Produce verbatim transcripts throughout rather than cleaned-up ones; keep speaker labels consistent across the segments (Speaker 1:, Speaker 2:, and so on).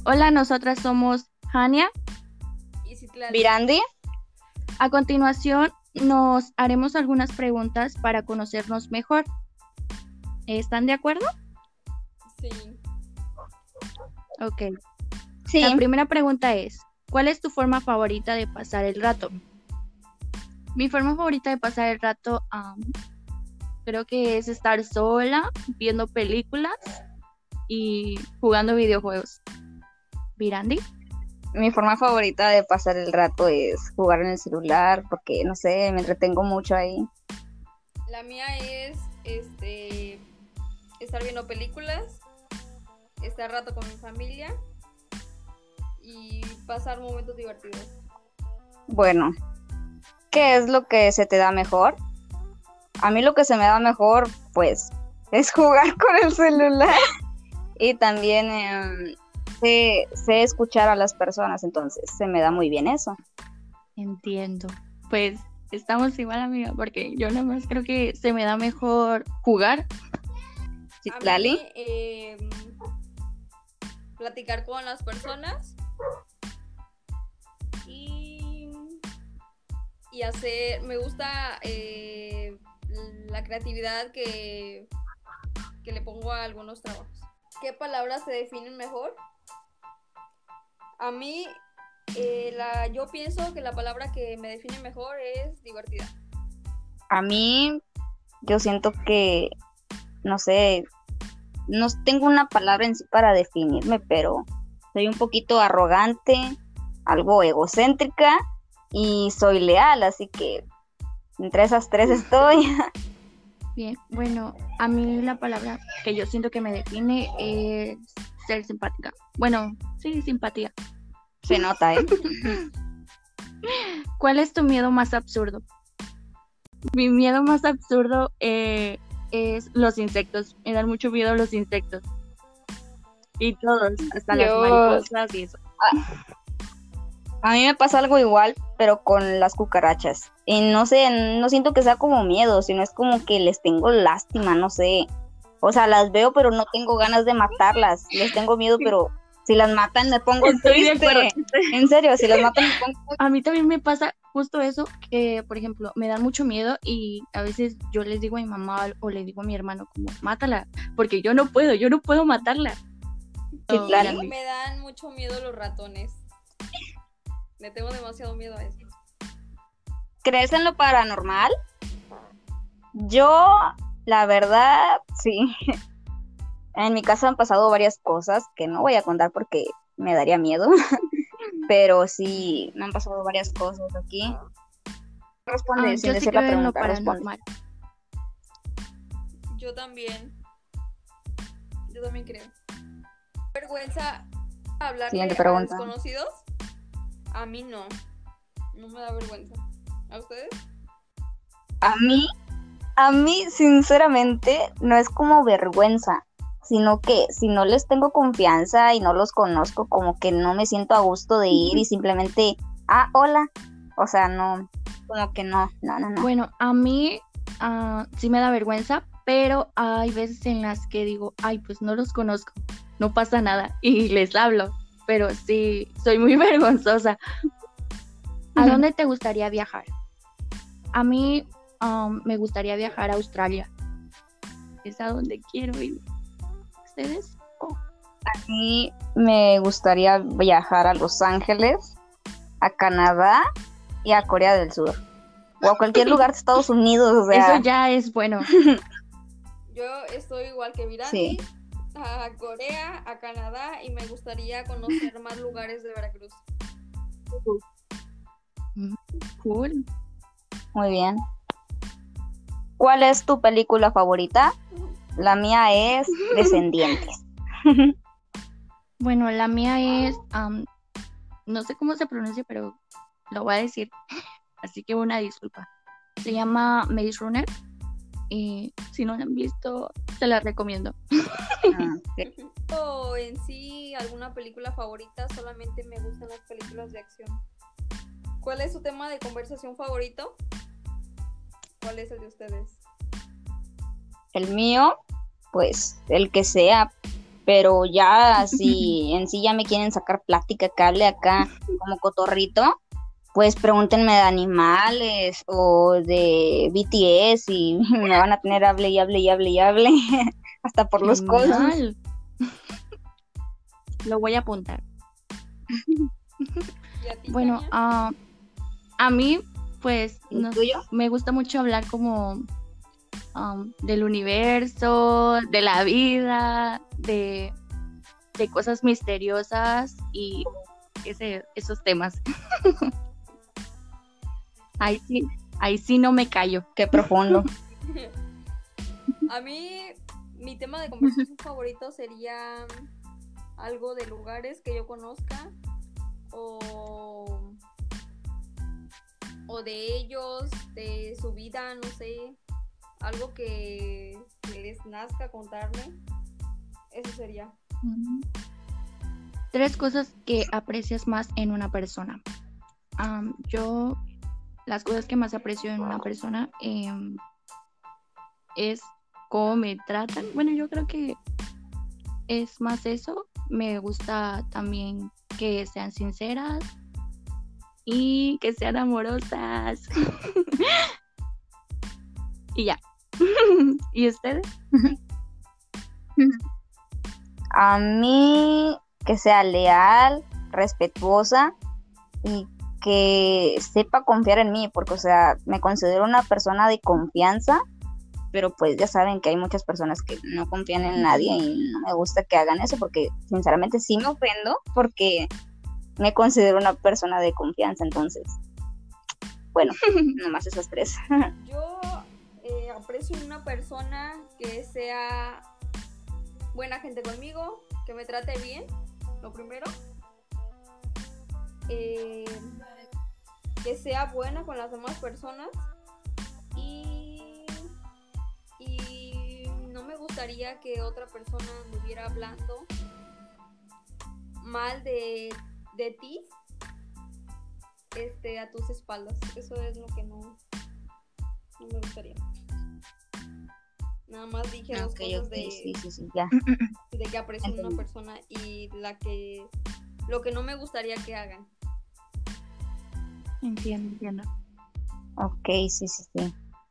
Speaker 1: Hola, nosotras somos Hania.
Speaker 2: Y Citlali.
Speaker 3: Virandi.
Speaker 1: A continuación, nos haremos algunas preguntas para conocernos mejor. ¿Están de acuerdo?
Speaker 2: Sí.
Speaker 1: Ok.
Speaker 3: Sí.
Speaker 1: La primera pregunta es, ¿cuál es tu forma favorita de pasar el rato? Mi forma favorita de pasar el rato um, creo que es estar sola, viendo películas y jugando videojuegos. ¿Virandi?
Speaker 3: Mi forma favorita de pasar el rato es jugar en el celular porque, no sé, me entretengo mucho ahí.
Speaker 2: La mía es este estar viendo películas, estar rato con mi familia y pasar momentos divertidos.
Speaker 3: Bueno, ¿qué es lo que se te da mejor? A mí lo que se me da mejor, pues, es jugar con el celular y también eh, sé, sé escuchar a las personas, entonces se me da muy bien eso.
Speaker 1: Entiendo. Pues estamos igual, amiga, porque yo nada más creo que se me da mejor jugar.
Speaker 3: ¿Citlali?
Speaker 2: A mí, eh, platicar con las personas y, y hacer, me gusta eh, la creatividad que, que le pongo a algunos trabajos. ¿Qué palabras se definen mejor? A mí, eh, la, yo pienso que la palabra que me define mejor es divertida.
Speaker 3: A mí, yo siento que, no sé, no tengo una palabra en sí para definirme, pero soy un poquito arrogante, algo egocéntrica y soy leal, así que entre esas tres estoy.
Speaker 1: Bien, bueno, a mí la palabra que yo siento que me define es ser simpática. Bueno, sí, simpatía.
Speaker 3: Se nota, ¿eh?
Speaker 1: ¿Cuál es tu miedo más absurdo? Mi miedo más absurdo eh, es los insectos. Me dan mucho miedo los insectos. Y todos, hasta las
Speaker 3: Yo-
Speaker 1: mariposas y eso.
Speaker 3: A mí me pasa algo igual, pero con las cucarachas. Y no sé, no siento que sea como miedo, sino es como que les tengo lástima, no sé. O sea, las veo, pero no tengo ganas de matarlas. Les tengo miedo, pero si las matan me pongo
Speaker 1: Estoy de
Speaker 3: triste.
Speaker 1: acuerdo.
Speaker 3: En serio, si las matan me pongo...
Speaker 1: A mí también me pasa justo eso, que por ejemplo me dan mucho miedo y a veces yo les digo a mi mamá o le digo a mi hermano como mátala, porque yo no puedo, yo no puedo matarla.
Speaker 3: Sí,
Speaker 1: No,
Speaker 3: claro.
Speaker 2: A
Speaker 1: Virandi.
Speaker 2: mí me dan mucho miedo los ratones. Le tengo demasiado miedo a eso.
Speaker 3: ¿Crees en lo paranormal? Yo, la verdad, sí. En mi casa han pasado varias cosas que no voy a contar porque me daría miedo. Pero sí, me han pasado varias cosas aquí. Responde,
Speaker 1: Ah,
Speaker 3: sin
Speaker 1: yo sí
Speaker 3: decir la
Speaker 1: creo en lo
Speaker 3: pregunta, responde.
Speaker 1: paranormal.
Speaker 2: Yo también. Yo también creo. ¿Vergüenza hablarle
Speaker 3: Siguiente
Speaker 2: a
Speaker 3: pregunta.
Speaker 2: desconocidos? A mí no. No me da vergüenza. ¿A ustedes?
Speaker 3: A mí, a mí, sinceramente, no es como vergüenza, sino que si no les tengo confianza y no los conozco, como que no me siento a gusto de ir y simplemente, ah, hola. O sea, no, como que no, no, no, no.
Speaker 1: Bueno, a mí ah, sí me da vergüenza, pero hay veces en las que digo, ay, pues no los conozco, no pasa nada y les hablo, pero sí, soy muy vergonzosa. ¿A dónde te gustaría viajar? A mí um, me gustaría viajar a Australia. Es a donde quiero ir. ¿Ustedes?
Speaker 3: A mí me gustaría viajar a Los Ángeles, a Canadá y a Corea del Sur. O a cualquier lugar de Estados Unidos, o sea.
Speaker 1: Eso ya es bueno.
Speaker 2: Yo estoy igual que Virandi.
Speaker 3: Sí.
Speaker 2: A Corea, a Canadá y me gustaría conocer más lugares de Veracruz.
Speaker 1: Cool.
Speaker 3: Muy bien. ¿Cuál es tu película favorita? La mía es Descendientes.
Speaker 1: Bueno, la mía es, um, no sé cómo se pronuncia, pero lo voy a decir. Así que una disculpa. Se llama Maze Runner. Y si no la han visto, se la recomiendo.
Speaker 3: Ah, ok.
Speaker 2: O en sí, alguna película favorita, solamente me gustan las películas de acción. ¿Cuál es su tema de conversación favorito? ¿Cuál es el de ustedes?
Speaker 3: El mío, pues, el que sea, pero ya si en sí ya me quieren sacar plática, que hable acá como cotorrito, pues pregúntenme de animales o de B T S y me van a tener hable y hable y hable y hable hasta por los codos.
Speaker 1: Genial. Lo voy a apuntar.
Speaker 2: ¿Y a ti,
Speaker 1: Bueno,
Speaker 2: Tania?
Speaker 1: ah, a mí, pues,
Speaker 3: ¿El
Speaker 1: no-
Speaker 3: tuyo?
Speaker 1: me gusta mucho hablar como um, del universo, de la vida, de, de cosas misteriosas y ese, esos temas. Ahí sí, ahí sí no me callo.
Speaker 3: Qué profundo.
Speaker 2: A mí, mi tema de conversación favorito sería algo de lugares que yo conozca o, o de ellos, de su vida, no sé, algo que, que les nazca contarme. Eso sería.
Speaker 1: Mm. Tres cosas que aprecias más en una persona. Am, yo, las cosas que más aprecio en una persona em, es cómo me tratan. Bueno, yo creo que es más eso. Me gusta también que sean sinceras y que sean amorosas. Y ya. ¿Y ustedes?
Speaker 3: A mí que sea leal, respetuosa y que sepa confiar en mí, porque, o sea, me considero una persona de confianza, pero pues ya saben que hay muchas personas que no confían en nadie y no me gusta que hagan eso, porque sinceramente sí me ofendo, porque me considero una persona de confianza, entonces, bueno, nomás esas tres.
Speaker 2: Yo eh, aprecio una persona que sea buena gente conmigo, que me trate bien, lo primero. Eh, que sea buena con las demás personas y, y no me gustaría que otra persona anduviera hablando mal de, de ti este, a tus espaldas. Eso es lo que no, no me gustaría. Nada más dije dos
Speaker 3: Ok,
Speaker 2: cosas
Speaker 3: ok,
Speaker 2: de,
Speaker 3: sí, sí, sí, ya.
Speaker 2: de que aprecio a una
Speaker 3: Entendí.
Speaker 2: persona y la que lo que no me gustaría que hagan.
Speaker 1: Entiendo, entiendo.
Speaker 3: Ok, sí, sí, sí.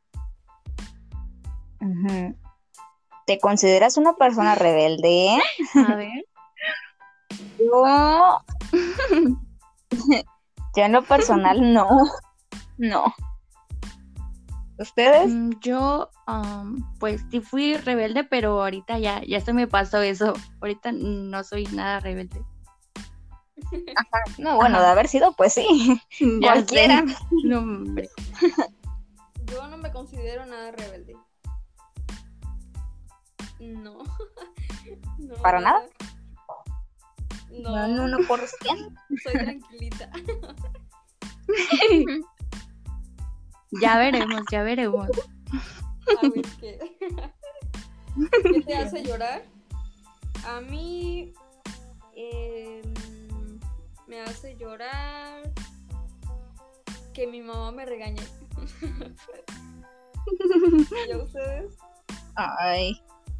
Speaker 3: Ujú. ¿Te consideras una persona rebelde?
Speaker 1: A ver.
Speaker 3: Yo, yo en lo personal no, no. ¿Ustedes?
Speaker 1: Mm, Yo, am, pues sí fui rebelde, pero ahorita ya, ya se me pasó eso. Ahorita no soy nada rebelde.
Speaker 3: No, bueno,
Speaker 1: Ajá.
Speaker 3: de haber sido, pues sí,
Speaker 1: Ya
Speaker 3: cualquiera.
Speaker 1: sé. No, hombre.
Speaker 2: Yo no me considero nada rebelde. No. No,
Speaker 3: ¿Para nada?
Speaker 2: No,
Speaker 3: No, no, no por cien.
Speaker 2: soy tranquilita.
Speaker 1: Ya veremos, ya veremos.
Speaker 2: A ver qué. ¿Qué te hace llorar? A mí eh, me hace llorar que mi mamá me regañe. ¿Y a ustedes?
Speaker 3: Ay.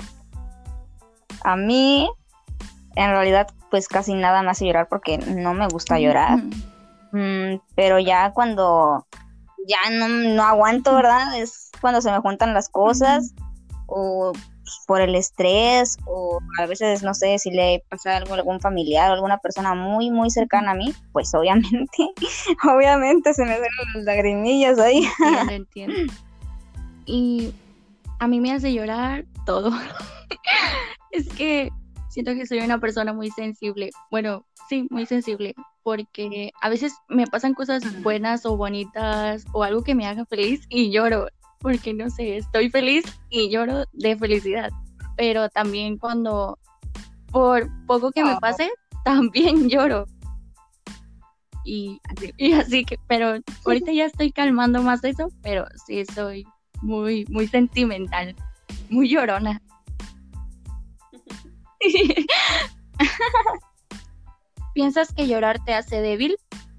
Speaker 3: A mí, en realidad, pues casi nada me hace llorar porque no me gusta llorar. Mm, pero ya cuando ya no, no aguanto, ¿verdad? Es cuando se me juntan las cosas o por el estrés o a veces, no sé, si le pasa algo a algún familiar o alguna persona muy, muy cercana a mí, pues obviamente, obviamente se me salen las lagrimillas ahí.
Speaker 1: Entiendo, entiendo. Y a mí me hace llorar todo. Es que siento que soy una persona muy sensible. Bueno, sí, muy sensible. Porque a veces me pasan cosas buenas o bonitas o algo que me haga feliz y lloro. Porque no sé, estoy feliz y lloro de felicidad. Pero también cuando, por poco que me
Speaker 3: Oh.
Speaker 1: pase, también lloro. Y, y así que, pero ahorita ya estoy calmando más eso, pero sí soy muy, muy sentimental, muy llorona. ¿Piensas que llorar te hace débil?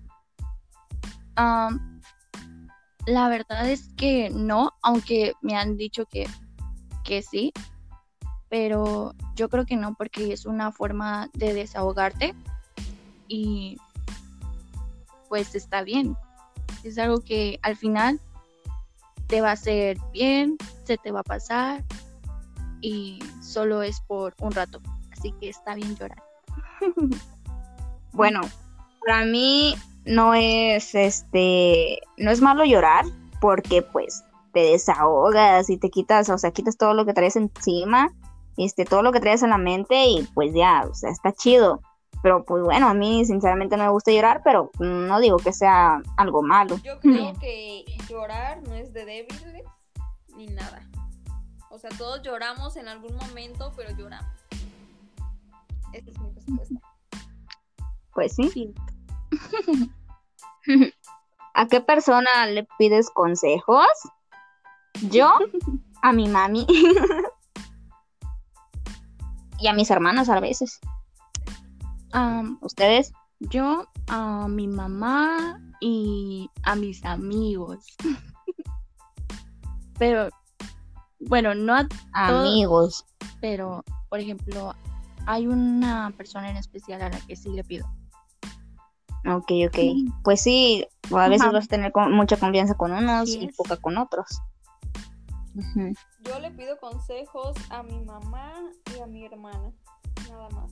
Speaker 1: Um, la verdad es que no, aunque me han dicho que, que sí. pero yo creo que no, porque es una forma de desahogarte y pues está bien. Es algo que al final te va a hacer bien, se te va a pasar y solo es por un rato, así que está bien llorar.
Speaker 3: Bueno, para mí no es este, no es malo llorar porque pues te desahogas y te quitas, o sea, quitas todo lo que traes encima, este, todo lo que traes en la mente y pues ya, o sea, está chido. Pero pues bueno, a mí sinceramente no me gusta llorar, pero no digo que sea algo malo.
Speaker 2: Yo creo que llorar no es de débiles ni nada. O sea, todos lloramos en algún momento, pero lloramos. Esa es mi respuesta.
Speaker 3: Pues sí. sí. ¿A qué persona le pides consejos? Yo, a mi mami. Y a mis hermanas a veces.
Speaker 1: Um,
Speaker 3: ¿Ustedes?
Speaker 1: Yo a mi mamá y a mis amigos. Pero, bueno, no a
Speaker 3: amigos.
Speaker 1: Todos, pero, por ejemplo, hay una persona en especial a la que sí le pido.
Speaker 3: Ok, ok. Pues sí, a veces vas a tener mucha confianza con unos yes. y poca con otros.
Speaker 2: Uh-huh. Yo le pido consejos a mi mamá y a mi hermana, nada más.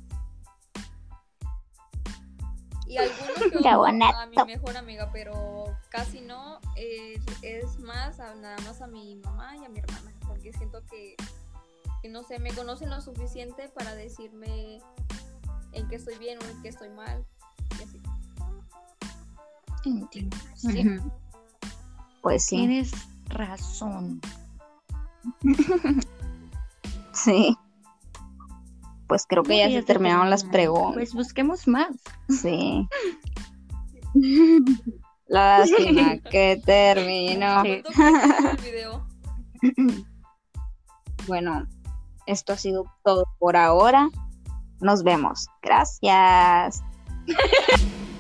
Speaker 2: Y algunos que otros a mi mejor amiga, pero casi no, es, es más, a, nada más a mi mamá y a mi hermana, porque siento que, que, no sé, me conocen lo suficiente para decirme en qué estoy bien o en qué estoy mal, y así.
Speaker 1: Entiendo.
Speaker 3: Sí. Uh-huh. Pues sí.
Speaker 1: Tienes razón.
Speaker 3: Sí. Pues creo que ya, ya se terminaron las preguntas.
Speaker 1: Pues busquemos más.
Speaker 3: Sí. Lástima que terminó.
Speaker 2: Sí. El video.
Speaker 3: Bueno, esto ha sido todo por ahora. Nos vemos. Gracias.